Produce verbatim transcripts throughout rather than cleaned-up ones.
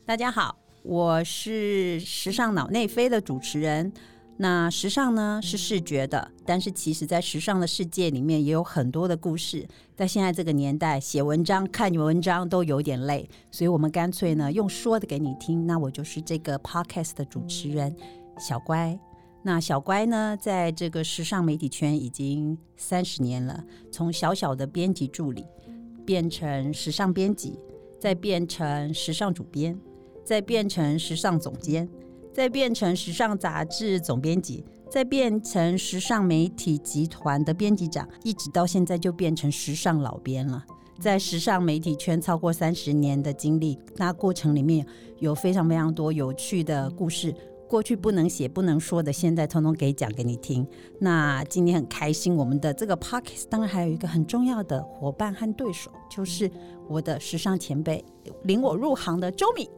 大家好，我是时尚脑内飞的主持人。那时尚呢是视觉的，但是其实在时尚的世界里面也有很多的故事。在现在这个年代，写文章看文章都有点累，所以我们干脆呢用说的给你听。那我就是这个 podcast 的主持人小乖。那小乖呢在这个时尚媒体圈已经三十年了，从小小的编辑助理变成时尚编辑，再变成时尚主编，再变成时尚总监，再变成时尚杂志总编辑，再变成时尚媒体集团的编辑长，一直到现在就变成时尚老编了。在时尚媒体圈超过三十年的经历，那过程里面有非常非常多有趣的故事，过去不能写不能说的，现在通通给讲给你听。那今天很开心，我们的这个 podcast 当然还有一个很重要的伙伴和对手，就是我的时尚前辈，领我入行的周敏。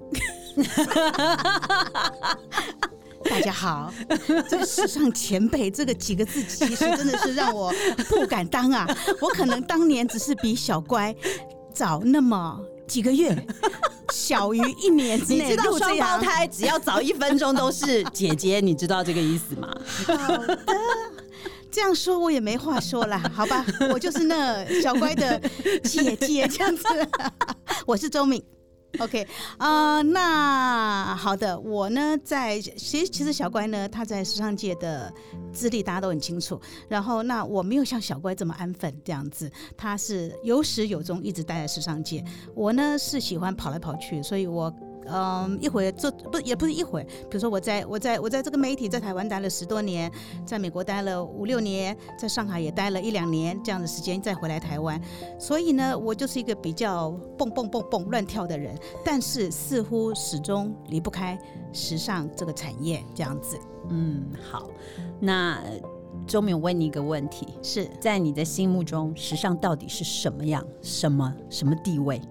大家好，这个时尚前辈这个几个字其实真的是让我不敢当啊。我可能当年只是比小乖早那么几个月，小于一年之内。 你知道双胞胎只要早一分钟都是姐姐，你知道这个意思吗？ 好的，这样说我也没话说啦，好吧，我就是那小乖的姐姐这样子。我是周敏。OK 啊、呃，那好的，我呢在其实其实小乖呢他在时尚界的资历大家都很清楚，然后那我没有像小乖这么安分这样子，他是有始有终一直待在时尚界，我呢是喜欢跑来跑去，所以我嗯，一会做不也不是一会，比如说我在我在我在这个媒体在台湾待了十多年，在美国待了五六年，在上海也待了一两年这样的时间，再回来台湾，所以呢，我就是一个比较蹦蹦蹦蹦乱跳的人，但是似乎始终离不开时尚这个产业这样子。 嗯，好，那周敏，我问你一个问题， 是在你的心目中，时尚到底是什么样，什么什么地位？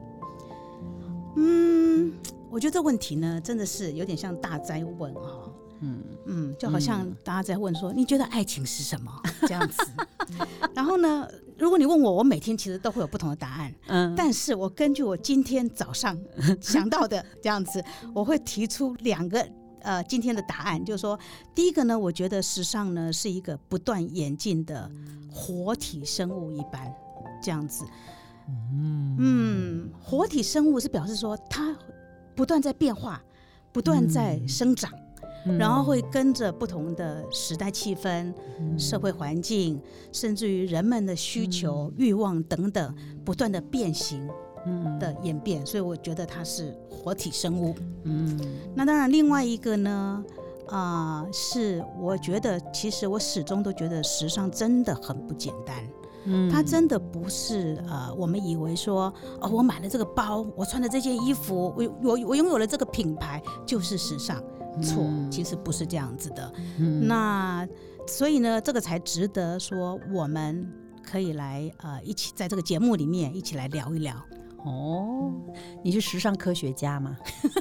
嗯。我觉得这问题呢，真的是有点像大哉问哈，嗯嗯，就好像大家在问说，嗯、你觉得爱情是什么这样子？然后呢，如果你问我，我每天其实都会有不同的答案，嗯，但是我根据我今天早上想到的这样子，我会提出两个呃今天的答案，就是说，第一个呢，我觉得时尚呢是一个不断演进的活体生物一般这样子，嗯嗯，活体生物是表示说它不断在变化，不断在生长，嗯、然后会跟着不同的时代气氛、嗯、社会环境，甚至于人们的需求、嗯、欲望等等，不断的变形的演变，嗯、所以我觉得它是活体生物。嗯，那当然，另外一个呢，啊、呃，是我觉得其实我始终都觉得时尚真的很不简单。嗯、它真的不是呃，我们以为说哦，我买了这个包，我穿的这件衣服，我我我拥有了这个品牌就是时尚，错，嗯、其实不是这样子的。嗯、那所以呢，这个才值得说我们可以来呃一起在这个节目里面一起来聊一聊。 哦，你是时尚科学家吗？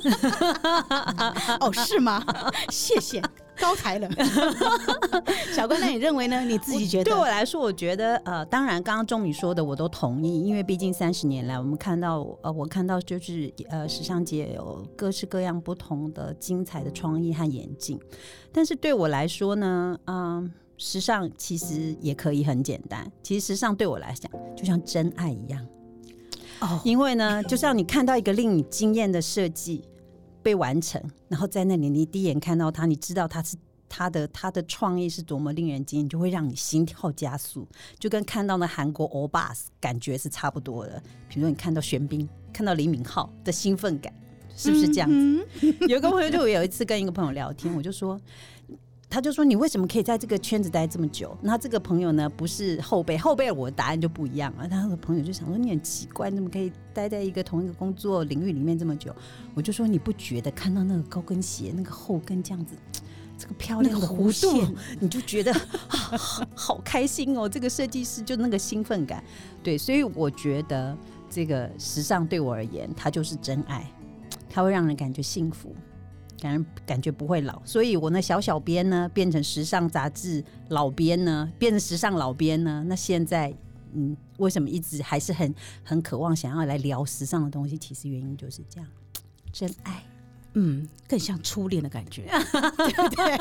哦，是吗？谢谢。高抬了。小乖，那你认为呢？你自己觉得？ 对我来说，我觉得呃，当然刚刚钟敏说的我都同意，因为毕竟三十年来我们看到呃，我看到就是呃，时尚界有各式各样不同的精彩的创意和演进。但是对我来说呢，嗯、呃，时尚其实也可以很简单。其实时尚对我来讲，就像真爱一样。哦，因为呢，就像你看到一个令你惊艳的设计被完成，然后在那里你第一眼看到它，你知道它是他的他的创意是多么令人惊艳，就会让你心跳加速，就跟看到那韩国欧巴感觉是差不多的。比如说你看到玄彬，看到李敏镐的兴奋感，是不是这样子？嗯、有一个朋友就我有一次跟一个朋友聊天，我就说。他就说你为什么可以在这个圈子待这么久？那这个朋友呢，不是后辈，后辈我的答案就不一样了。他的朋友就想说你很奇怪，你怎么可以待在一个同一个工作领域里面这么久？我就说你不觉得看到那个高跟鞋那个后跟这样子，这个漂亮的弧度，你就觉得、啊、好, 好开心哦！这个设计师就那个兴奋感，对，所以我觉得这个时尚对我而言，它就是真爱，它会让人感觉幸福。感, 感觉不会老，所以我那小小编呢变成时尚杂志老编呢，变成时尚老编呢，那现在嗯，为什么一直还是很很渴望想要来聊时尚的东西？其实原因就是这样，真爱。 嗯，更像初恋的感觉，对不对？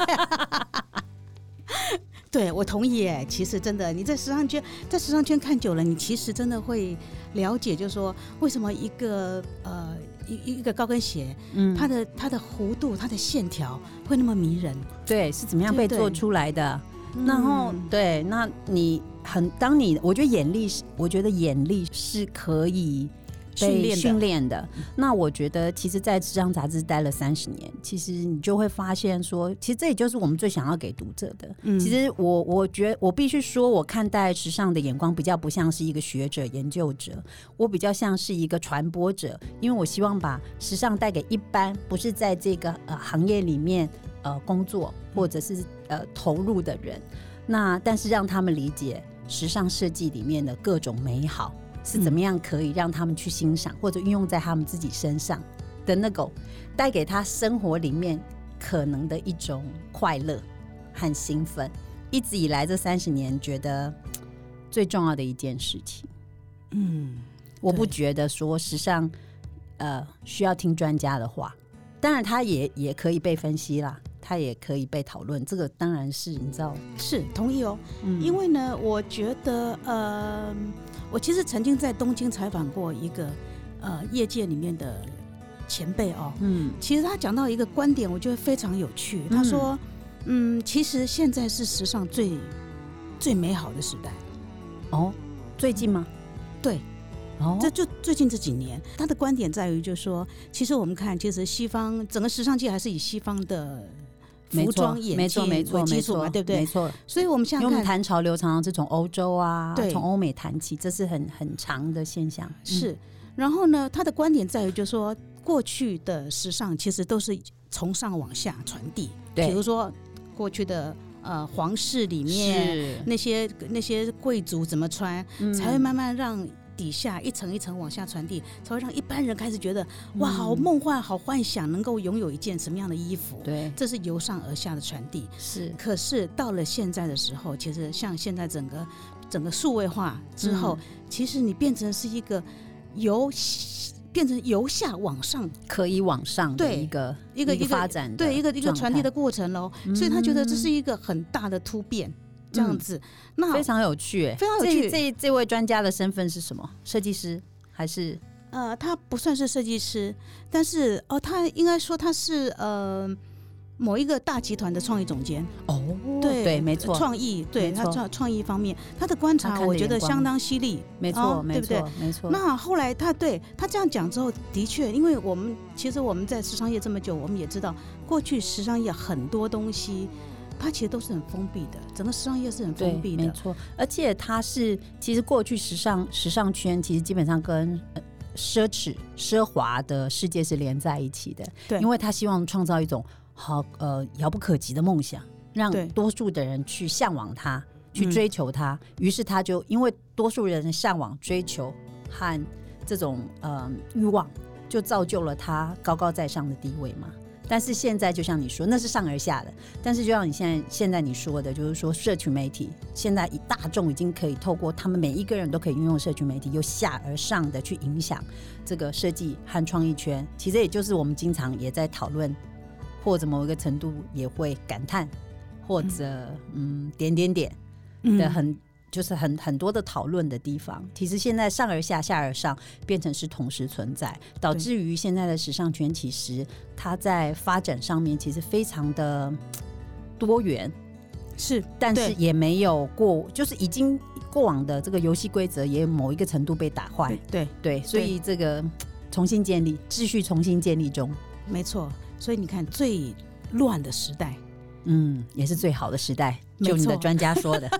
对，我同意耶。其实真的，你在时尚圈，在时尚圈看久了，你其实真的会了解，就是说为什么一个呃一一个高跟鞋，嗯，它的它的弧度、它的线条会那么迷人。 对，是怎么样被做出来的？然后、嗯、对，那你很当你，我觉得眼力，我觉得眼力是可以被训练的。那我觉得，其实，在时尚杂志待了三十年，其实你就会发现说，其实这也就是我们最想要给读者的。嗯、其实我我觉得，我必须说，我看待时尚的眼光比较不像是一个学者、研究者，我比较像是一个传播者，因为我希望把时尚带给一般不是在这个呃行业里面呃工作或者是呃投入的人。那但是让他们理解时尚设计里面的各种美好。是怎么样可以让他们去欣赏，或者运用在他们自己身上的那个带给他生活里面可能的一种快乐和兴奋，一直以来这三十年觉得最重要的一件事情。嗯，我不觉得说时尚呃需要听专家的话，当然它也也可以被分析啦，它也可以被讨论，这个当然是你知道是同意哦、嗯。因为呢，我觉得呃。我其实曾经在东京采访过一个呃业界里面的前辈哦，嗯，其实他讲到一个观点，我觉得非常有趣。他说，嗯，嗯其实现在是时尚最最美好的时代。 哦，最近吗？ 对，哦，这就最近这几年，他的观点在于，就是说，其实我们看，其实西方整个时尚界还是以西方的。服装眼镜为基础嘛，对不对？ 没错。 所以我们现在看， 因为我们谈潮流，常常是从欧洲啊，从欧美谈起，这是很很长的现象。 是。嗯、然后呢，他的观点在于，就是说，过去的时尚其实都是从上往下传递。比如说，过去的呃皇室里面那些那些贵族怎么穿，嗯、才会慢慢让。底下一层一层往下传递，才会让一般人开始觉得哇，好梦幻，好幻想，能够拥有一件什么样的衣服？ 对， 这是由上而下的传递。 是， 可是到了现在的时候，其实像现在整个整个数位化之后，嗯、其实你变成是一个由变成由下往上， 可以往上的一个一个一个发展的对一个一个传递的过程喽。嗯、所以他觉得这是一个很大的突变。这样子，嗯、那非常有趣， 非常有趣。 这这, 这位专家的身份是什么？设计师还是？ 呃，他不算是设计师，但是哦，他应该说他是呃某一个大集团的创意总监。 哦，对对，没错， 创意对他创创意方面，他的观察我觉得相当犀利。 没错， 哦、 没错， 对不对？ 没错。 那后来他对他这样讲之后，的确，因为我们其实我们在时尚业这么久，我们也知道过去时尚业很多东西。它其实都是很封闭的，整个时尚业是很封闭的， 没错。而且它是，其实过去时尚时尚圈其实基本上跟、呃、奢侈奢华的世界是连在一起的， 对， 因为他希望创造一种好呃遥不可及的梦想，让多数的人去向往它，去追求它。于、嗯、是他就因为多数人的向往、追求和这种呃欲望，就造就了他高高在上的地位嘛。但是现在就像你说，那是上而下的。但是就像你现在现在你说的，就是说社群媒体现在大众已经可以透过他们每一个人都可以运用社群媒体，由下而上的去影响这个设计和创意圈。其实也就是我们经常也在讨论，或者某一个程度也会感叹，或者 嗯, 嗯点点点的很。嗯就是很很多的讨论的地方，其实现在上而下下而上变成是同时存在，导致于现在的时尚圈其实它在发展上面其实非常的多元， 是， 但是也没有过，就是已经过往的这个游戏规则也某一个程度被打坏， 对对, 对，所以这个重新建立秩序重新建立中， 没错。所以你看最乱的时代。 嗯，也是最好的时代，就你的专家说的。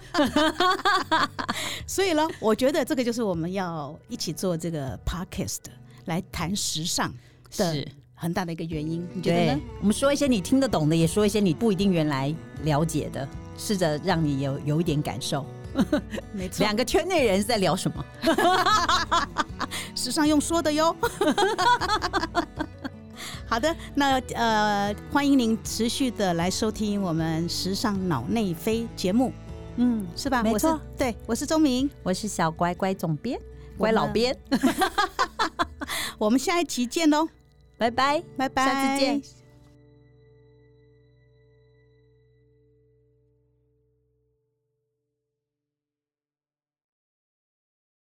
所以呢，我觉得这个就是我们要一起做这个 podcast 来谈时尚的很大的一个原因。你觉得呢？ 我们说一些你听得懂的，也说一些你不一定原来了解的，试着让你有有一点感受。 没错， 两个圈内人是在聊什么？ 时尚用说的哟。好的，那呃，欢迎您持续的来收听我们时尚脑内飞节目，嗯，是吧？ 没错， 对，我是钟明， 我是小乖乖总编，乖老编， 我们下一期见喽， 拜拜拜， 拜拜， 下次见。